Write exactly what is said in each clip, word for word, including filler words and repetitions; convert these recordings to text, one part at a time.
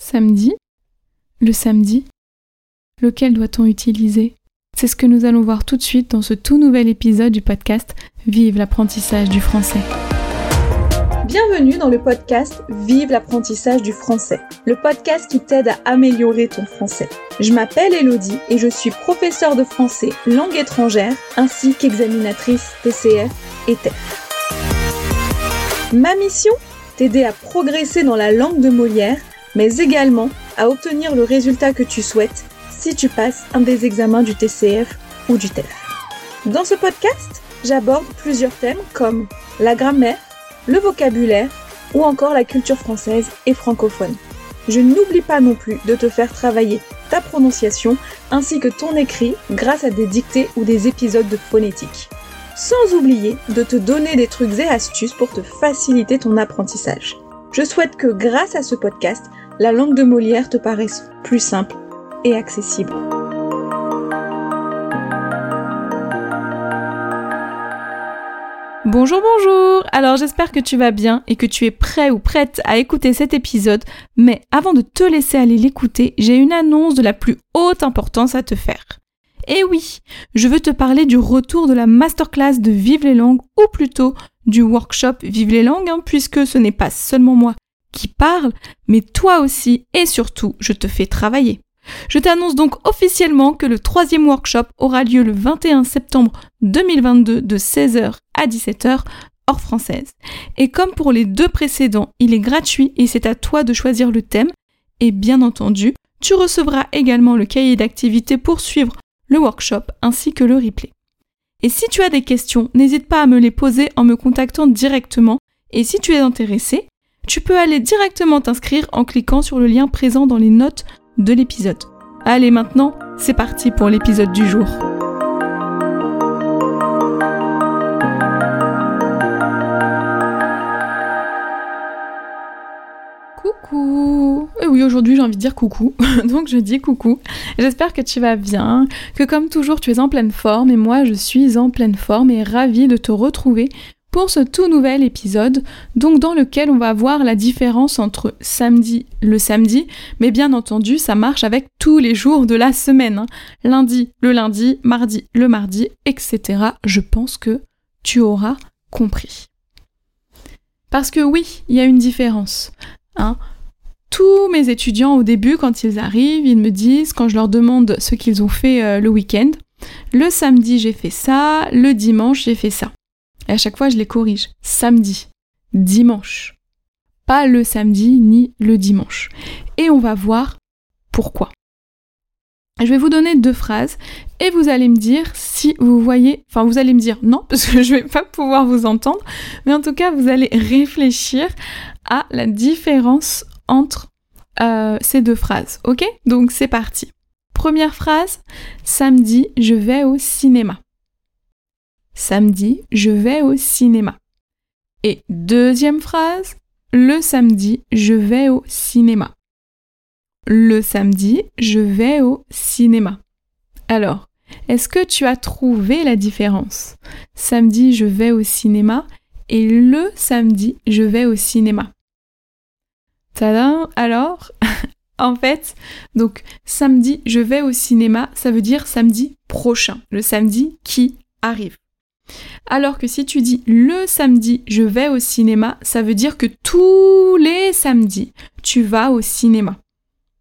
samedi, le samedi, lequel doit-on utiliser ? C'est ce que nous allons voir tout de suite dans ce tout nouvel épisode du podcast Vive l'apprentissage du français. Bienvenue dans le podcast Vive l'apprentissage du français, le podcast qui t'aide à améliorer ton français. Je m'appelle Elodie et je suis professeure de français langue étrangère ainsi qu'examinatrice T C F et T E F. Ma mission ? T'aider à progresser dans la langue de Molière, mais également à obtenir le résultat que tu souhaites si tu passes un des examens du T C F ou du T E F. Dans ce podcast, j'aborde plusieurs thèmes comme la grammaire, le vocabulaire ou encore la culture française et francophone. Je n'oublie pas non plus de te faire travailler ta prononciation ainsi que ton écrit grâce à des dictées ou des épisodes de phonétique. Sans oublier de te donner des trucs et astuces pour te faciliter ton apprentissage. Je souhaite que grâce à ce podcast, la langue de Molière te paraisse plus simple et accessible. Bonjour, bonjour! Alors j'espère que tu vas bien et que tu es prêt ou prête à écouter cet épisode, mais avant de te laisser aller l'écouter, j'ai une annonce de la plus haute importance à te faire. Et oui, je veux te parler du retour de la masterclass de Vive les langues, ou plutôt du workshop Vive les langues, hein, puisque ce n'est pas seulement moi qui parle, mais toi aussi et surtout, je te fais travailler. Je t'annonce donc officiellement que le troisième workshop aura lieu le vingt et un septembre deux mille vingt-deux de seize heures à dix-sept heures, hors française. Et comme pour les deux précédents, il est gratuit et c'est à toi de choisir le thème. Et bien entendu, tu recevras également le cahier d'activité pour suivre le workshop ainsi que le replay. Et si tu as des questions, n'hésite pas à me les poser en me contactant directement. Et si tu es intéressé, tu peux aller directement t'inscrire en cliquant sur le lien présent dans les notes de l'épisode. Allez, maintenant, c'est parti pour l'épisode du jour. Coucou! Et oui, aujourd'hui j'ai envie de dire coucou, donc je dis coucou. J'espère que tu vas bien, que comme toujours tu es en pleine forme et moi je suis en pleine forme et ravie de te retrouver pour ce tout nouvel épisode, donc dans lequel on va voir la différence entre samedi, le samedi, mais bien entendu, ça marche avec tous les jours de la semaine. Hein. Lundi, le lundi, mardi, le mardi, et cetera. Je pense que tu auras compris. Parce que oui, il y a une différence. Hein. Tous mes étudiants, au début, quand ils arrivent, ils me disent, quand je leur demande ce qu'ils ont fait euh, le week-end, le samedi, j'ai fait ça, le dimanche, j'ai fait ça. Et à chaque fois, je les corrige. Samedi, dimanche. Pas le samedi ni le dimanche. Et on va voir pourquoi. Je vais vous donner deux phrases et vous allez me dire si vous voyez... Enfin, vous allez me dire non, parce que je vais pas pouvoir vous entendre. Mais en tout cas, vous allez réfléchir à la différence entre euh, ces deux phrases. Ok ? Donc, c'est parti. Première phrase. Samedi, je vais au cinéma. Samedi, je vais au cinéma. Et deuxième phrase, le samedi, je vais au cinéma. Le samedi, je vais au cinéma. Alors, est-ce que tu as trouvé la différence ? Samedi, je vais au cinéma et le samedi, je vais au cinéma. Tadam ! Alors, en fait, donc samedi, je vais au cinéma, ça veut dire samedi prochain, le samedi qui arrive. Alors que si tu dis le samedi, je vais au cinéma, ça veut dire que tous les samedis, tu vas au cinéma. Ok ?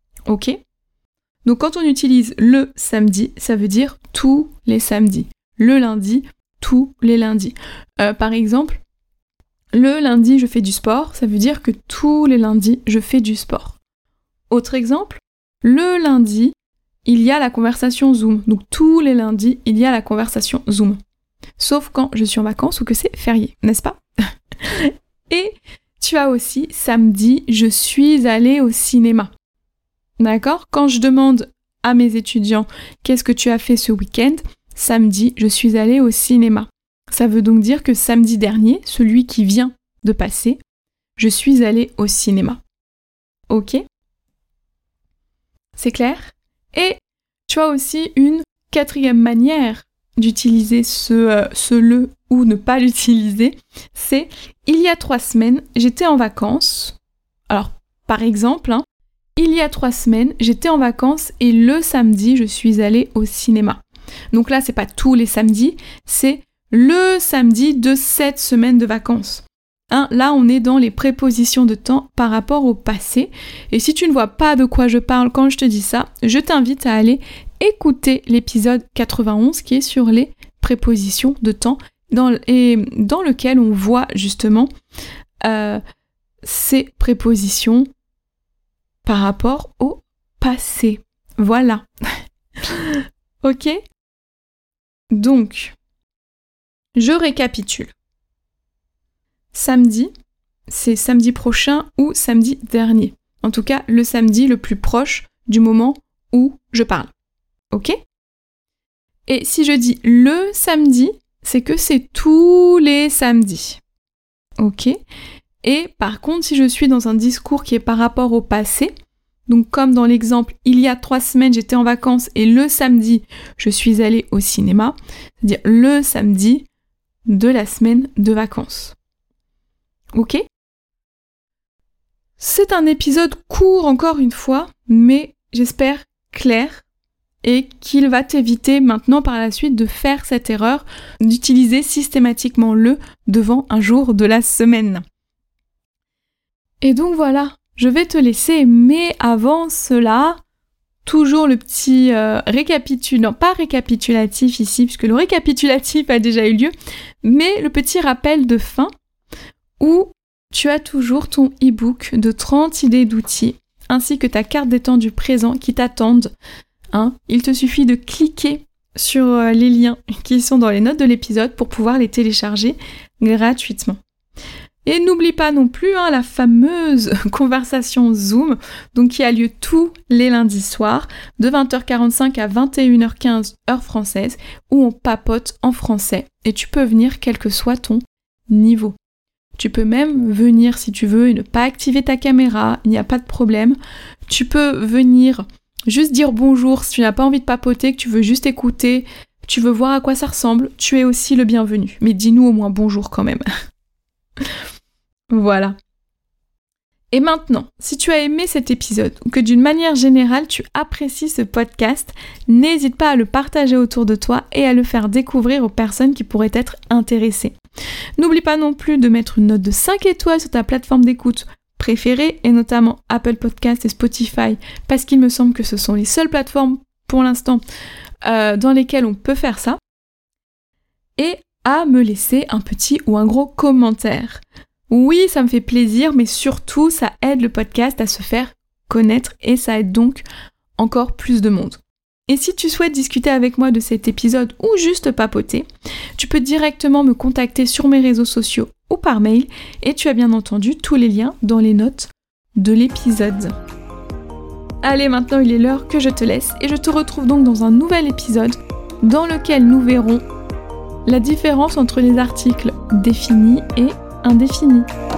Donc quand on utilise le samedi, ça veut dire tous les samedis. Le lundi, tous les lundis. Euh, par exemple, le lundi, je fais du sport, ça veut dire que tous les lundis, je fais du sport. Autre exemple, le lundi, il y a la conversation Zoom. Donc tous les lundis, il y a la conversation Zoom. Sauf quand je suis en vacances ou que c'est férié, n'est-ce pas ? Et tu as aussi samedi, je suis allée au cinéma. D'accord ? Quand je demande à mes étudiants qu'est-ce que tu as fait ce week-end ? Samedi, je suis allée au cinéma. Ça veut donc dire que samedi dernier, celui qui vient de passer, je suis allée au cinéma. Ok ? C'est clair ? Et tu as aussi une quatrième manière d'utiliser ce, euh, ce le ou ne pas l'utiliser, c'est il y a trois semaines, j'étais en vacances. Alors, par exemple, hein, il y a trois semaines, j'étais en vacances et le samedi, je suis allée au cinéma. Donc là, c'est pas tous les samedis, c'est le samedi de cette semaine de vacances. Hein, là, on est dans les prépositions de temps par rapport au passé. Et si tu ne vois pas de quoi je parle quand je te dis ça, je t'invite à aller écouter l'épisode quatre-vingt-onze qui est sur les prépositions de temps dans, et dans lequel on voit justement euh, ces prépositions par rapport au passé. Voilà. Ok ? Donc, je récapitule. Samedi, c'est samedi prochain ou samedi dernier. En tout cas, le samedi le plus proche du moment où je parle. Ok ? Et si je dis le samedi, c'est que c'est tous les samedis. Ok ? Et par contre, si je suis dans un discours qui est par rapport au passé, donc comme dans l'exemple, il y a trois semaines, j'étais en vacances et le samedi, je suis allée au cinéma, c'est-à-dire le samedi de la semaine de vacances. Ok ? C'est un épisode court encore une fois, mais j'espère clair et qu'il va t'éviter maintenant par la suite de faire cette erreur d'utiliser systématiquement le devant un jour de la semaine. Et donc voilà, je vais te laisser, mais avant cela, toujours le petit euh, récapitulatif, non pas récapitulatif ici, puisque le récapitulatif a déjà eu lieu, mais le petit rappel de fin où tu as toujours ton e-book de trente idées d'outils, ainsi que ta carte des temps du présent qui t'attendent. Hein. Il te suffit de cliquer sur euh, les liens qui sont dans les notes de l'épisode pour pouvoir les télécharger gratuitement. Et n'oublie pas non plus hein, la fameuse conversation Zoom, donc qui a lieu tous les lundis soirs, de vingt heures quarante-cinq à vingt et une heures quinze heure française, où on papote en français. Et tu peux venir quel que soit ton niveau. Tu peux même venir si tu veux et ne pas activer ta caméra, il n'y a pas de problème. Tu peux venir juste dire bonjour si tu n'as pas envie de papoter, que tu veux juste écouter, tu veux voir à quoi ça ressemble, tu es aussi le bienvenu. Mais dis-nous au moins bonjour quand même. Voilà. Et maintenant, si tu as aimé cet épisode ou que d'une manière générale tu apprécies ce podcast, n'hésite pas à le partager autour de toi et à le faire découvrir aux personnes qui pourraient être intéressées. N'oublie pas non plus de mettre une note de cinq étoiles sur ta plateforme d'écoute préférée et notamment Apple Podcast et Spotify parce qu'il me semble que ce sont les seules plateformes pour l'instant euh, dans lesquelles on peut faire ça. Et à me laisser un petit ou un gros commentaire. Oui, ça me fait plaisir, mais surtout, ça aide le podcast à se faire connaître et ça aide donc encore plus de monde. Et si tu souhaites discuter avec moi de cet épisode ou juste papoter, tu peux directement me contacter sur mes réseaux sociaux ou par mail et tu as bien entendu tous les liens dans les notes de l'épisode. Allez, maintenant il est l'heure que je te laisse et je te retrouve donc dans un nouvel épisode dans lequel nous verrons la différence entre les articles définis et indéfinis.